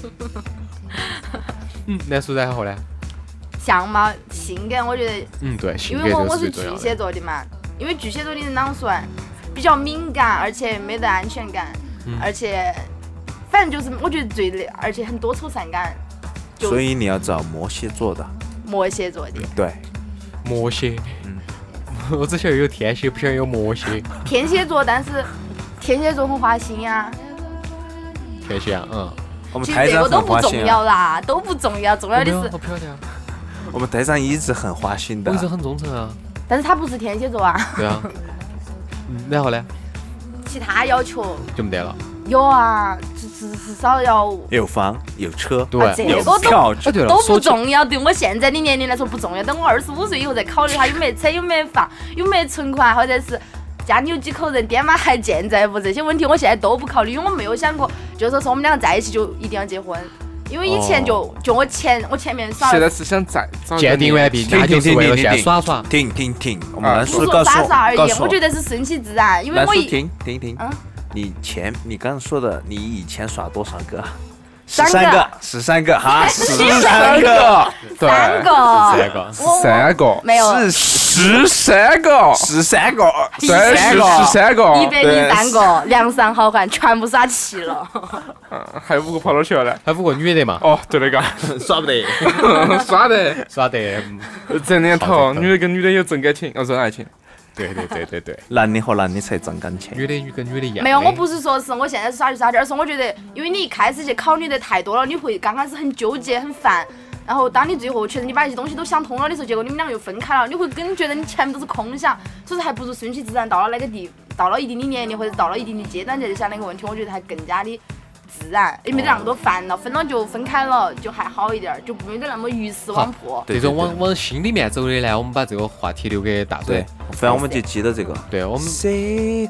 嗯，男叔然后呢？
相貌、性格，我觉得，
嗯，对，性
因
格这个
为我我是巨
是最重要的。
蟹座的嘛，因为巨蟹座的人啷个说啊，比较敏感，而且没得安全感，
嗯
而且反正就是我觉得最累，而且很多愁善感。？”就
所以你要找摩羯座的。
摩羯座的，
对，
魔蝎，
嗯
我只晓得有天蝎，不晓得有魔蝎。
天蝎座，但是天蝎座很花心呀、
天蝎啊，嗯，
我们台长
其实这个都不重
很花心啊，
要啦，都不重要，重要的
我没有
是，
我不晓得啊，
我们台长一直很花心的
我一。直很忠诚啊。
但是他不是天蝎座啊，
对啊，嗯，然后呢
其他要求
就没得了。
有啊，至至至少要。
有房有车，
对
啊这
有
个都
票
哎，对了，
都不
说起
重要，对我现在的年龄来说不重要。等我二十五岁以后再考虑他有没得车、有没得房、有没得存款，或者是家里有几口人、爹妈还健在不，这些问题我现在都不考虑，因为我没有想过，就是说我们两个在一起就一定要结婚。因为以前就、
哦
就我前我前面耍了
现在是想再找一个
鉴定完毕，
停
那就是为了现在
停
耍耍。
停停停，我们
啊
蓝
不说
叔告诉我，
耍耍而已
告，诉
我觉得是顺其自然，因为
蓝叔
我一
停停停
嗯，
你前你刚刚说的，你以前耍多少个？十
三个
三个，十三个哈，十
三
三个，
个，对，
三个，
三个
我
三个，
没有
是
十三个，
十三个，
对，是十三个，
一百零三个，梁山好汉全部耍齐了。
嗯，还有五个跑哪儿去了呢？
还五个女的嘛，
哦，对那个，
耍不得。
耍得
耍得，嗯
这年头，
好的
女的跟女的有真感情，哦，真爱情。
对对对对对，
男的和男的才真感情。
女的女跟女的一样的。
没有，我不是说是我现在是耍就耍的，而是我觉得，因为你一开始去考虑的太多了，你会刚开始很纠结、很烦，然后当你最后觉得你把一些东西都想通了的时候，结果你们两个又分开了，你会更觉得你前面都是空想，所以说还不如顺其自然，到了那个地，到了一定的年龄或者到了一定的阶段再去想那个问题，我觉得还更加的自然，也没得那么多烦恼，分了就分开了，就还好一点，就没得那么鱼死网破。
这种往往心里面走的呢，我们把这个话题留给大嘴。
反正我们就记得这个。
对，我们
Say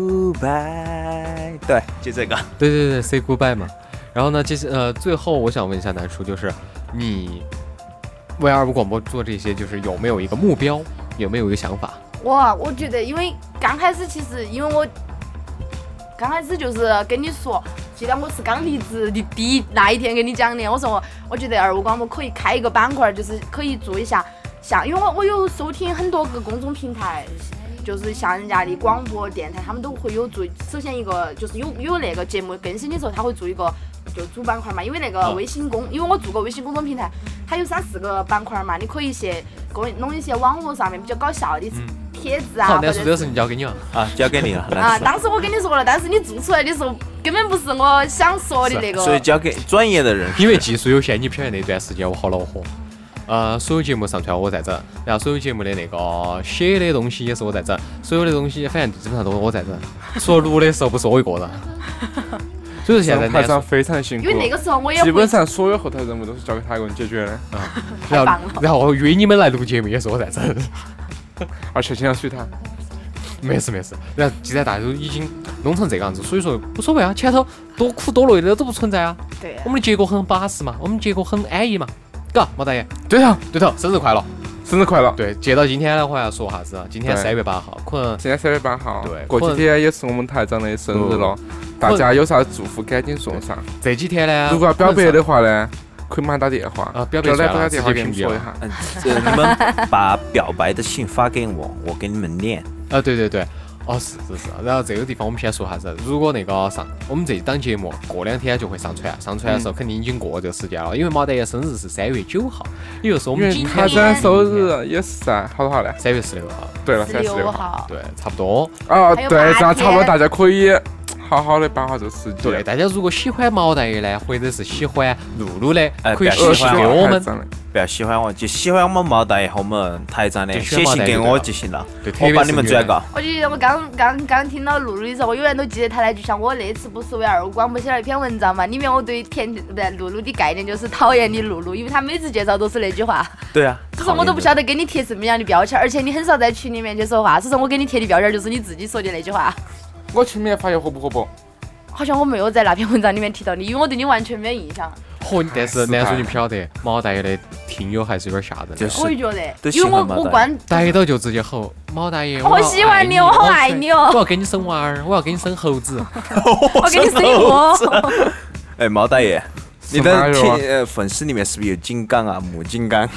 goodbye。对，就这个。
对对对 ，Say goodbye 嘛。然后呢，其实呃，最后我想问一下南叔，就是你为二五广播做这些，就是有没有一个目标，有没有一个想法？
哇，我觉得，因为刚开始其实，因为我刚开始就是跟你说，记得我是刚离职的第一那一天跟你讲的，我说我我觉得二五广播可以开一个板块，就是可以做一下，像因为我我有收听很多个公众平台。就是像人家的广播电台，他们都会有做。首先一个就是有有那个节目更新的时候，他会做一个就主板块嘛。因为那个微信公，因为我做过微信公众平台，它有三四个板块嘛，你可以些给弄一些网络上面比较搞笑的帖子啊。
好，但是这个事情交给你了
啊，交给你了。
啊，当时我跟你说了，但是你做出来的时候根本不是我想说的那个。
所以交给专业的人。
因为技术有限，你不晓得那段时间我好恼火。呃，所有节目上传我在整，然后所有节目的那个写的东西也是我在整，所有的东西反正基本上都是我在整，除了录的时候不是我一个人。所以说现在
台上非常辛苦，
因为那个时候我也
基本上所有后台任务都是交给他一个人解决的。
啊，然后然后约你们来录节目也是我在整，
而且经常随他。
没事没事，然后既然大家都已经弄成这个样子，所以说无所谓啊，前头多苦多累的都不存在啊。
对，
我们的结果很巴适嘛，我们结果很安逸嘛。嘎，毛大爷，
对头
对头，生日快乐，
生日快乐。
对，接到今天的话要说啥子？今天三月八号，可能
今天三月八号，
对，
过几天也是我们台长的生日了，大家有啥祝福赶紧送上。
这几天呢，
如果要表白的话呢，可以马上打电话
啊，表白
来打电话给你说一下。
嗯，你们把表白的信发给我，我给你们念。
啊，对对对。哦，是是是，然后这个地方我们先说啥子？如果那个上我们这档节目过两天就会上传，上传的时候肯定已经过这个时间了，因为毛大爷生日是三月九号，也就是我们今天
台长生日也是噻，好多号呢？
三月十六号。
对了，三十六
号。
对，差不多。
哦，对，这样差不多，大家可以好好的把握这个时间。
对，大家如果喜欢毛大爷呢，或者是喜欢露露的，可以
喜
欢给我们。
不要喜欢我，就喜欢我们毛大爷和我们台长的，写信给我就行了，我帮你们转告。
我记得我刚刚刚听到露露的时候，我永远都记得她那句，像我那次不是为二五广播写了一篇文章嘛，里面我对甜不对露露的概念就是讨厌你露露，因为她每次介绍都是那句话。
对啊。
所以说我都不晓得给你贴什么样的标签，而且你很少在群里面去说话，所以说我给你贴的标签就是你自己说的那句话。
我群里面发现火不火不？
好像我没有在那篇文章里面提到你，因为我对你完全没有印象。
嚯、哦！但是男叔你不晓得，毛大爷的听友还是有点吓人。
就是，
我也觉得，因为我我关
逮到就直接吼毛大爷，
我好喜欢你，我好爱你哦！
我要给你生娃儿，我要给你生猴子，
我给你生我。
哎，毛大爷，你的听呃粉丝里面是不是有金刚啊？母金刚？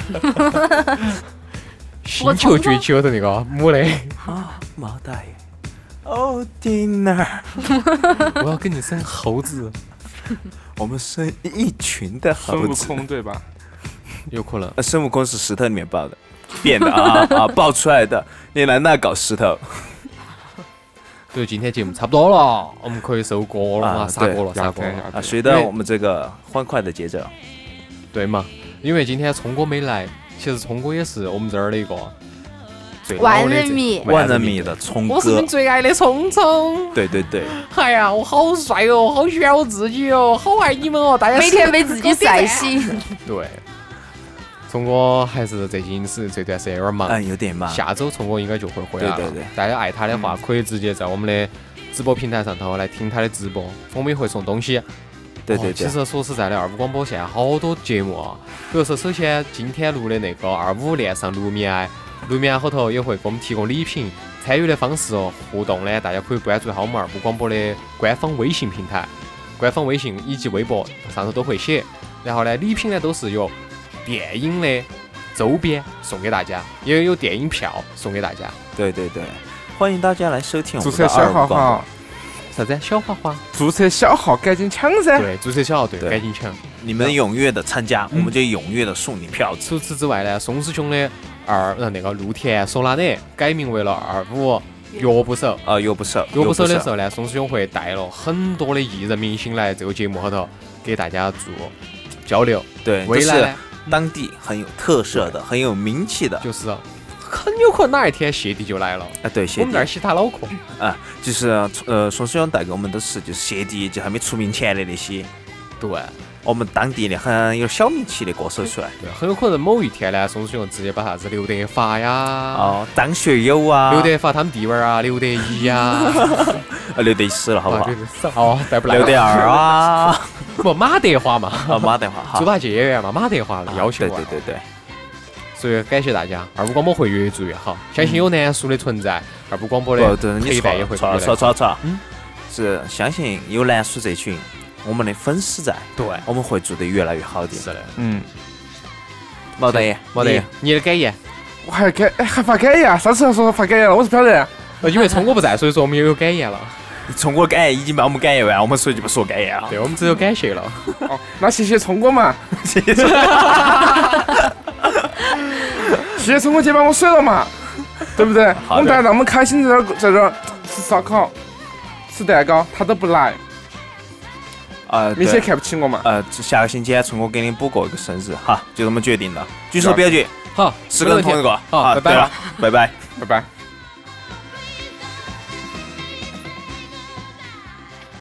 星球崛起的那个母的
啊，毛大爷。哦 ，dinner，
我要给你生猴子。
我们生一群的猴子。
孙悟空对吧？
有可能。
呃，孙悟空是石头里面爆的，变的啊啊，爆出来的。你来那搞石头。
对，今天节目差不多了，我们可以收歌了嘛？杀锅了，杀锅了
啊！随着我们这个欢快的节奏。
对嘛？因为今天聪哥没来，其实聪哥也是我们这儿的一个。
万人迷，
万人迷的聪哥，
我是你最爱的聪聪。
对对对，
哎呀，我好帅哦，好喜欢我自己哦，好爱你们哦，大家
每天被自己帅醒。
对，聪哥还是最近是这段时间有点忙，
嗯，有点忙。
下周聪哥应该就会回来了。
对对对，
大家爱他的话，可以直接在我们的直播平台上头来听他的直播，我们也会送东西。
对对对。
其实说实在的，二五广播现在好多节目啊，比如说首先今天录的那个二五恋上卢米埃。路面后头也会给我们提供礼品，参与的方式哦，互动呢，大家可以关注一下我们二五广播的官方微信平台、官方微信以及微博上头都会写。然后呢，礼品呢都是由电影的周边送给大家，也有电影票送给大家。
对对对，欢迎大家来收听我
们的二五广播。
啥子？小花花？
注册小号赶紧抢噻！
对，注册小号对，赶紧抢。
你们踊跃的参加，我们就踊跃的送你票子。
除此之外呢，宋师兄的二呃那个露田索拉内改名为了二五乐部手
啊，乐部手。
乐部手的时候呢，宋师兄会带了很多的艺人明星来这个节目后头给大家做交流。
对，
未来呢，
当地很有特色的、很有名气的，
就是很有可能哪一天谢帝就来了。
啊，对，谢帝
我们这儿洗他脑壳。
啊，就是呃，宋世勇带给我们都是就是谢帝就还没出名前的那些，
对。
我们当地的很有小名气的歌手出来。
对，很有可能某一天呢，宋世勇直接把啥子刘德华呀，
哦，张学友啊，
刘德华他们弟娃儿啊，刘德一呀，
啊，刘德一死了，好不好？
哦，带不来。
刘德二啊，
不，马德华嘛，
啊，马德华，
猪八戒演员嘛，马德华要求
对对对对。
所以感谢大家，二五广播会越做越好，相信有南叔的存在，二五广播的陪伴也会
错了错了错了错了，
嗯，
是相信有南叔这群我们的粉丝在，
对，
我们会做得越来越好的。
是的，
嗯，
毛大爷，
毛大爷，你的感言？
我还改，哎，还发感言啊？上次还说发感言了，我是不晓得。
因为聪哥不在，所以说我们也有感言了。
聪哥感言已经把我们感言完，我们所以就不说感言了。
对，我们只有感谢了。
哦，那谢谢聪哥嘛，谢谢聪哥，谢谢聪哥姐把我甩了嘛，对不对？我们大家让我们开心在这儿在这儿吃烧烤、吃蛋糕，他都不来。
啊，
明显看不起我嘛。
呃，下个星期聪哥给你补过一个生日，哈，就这么决定了。举手表决，
好，
四个人同一个。
好，拜拜
了，拜拜，
拜拜。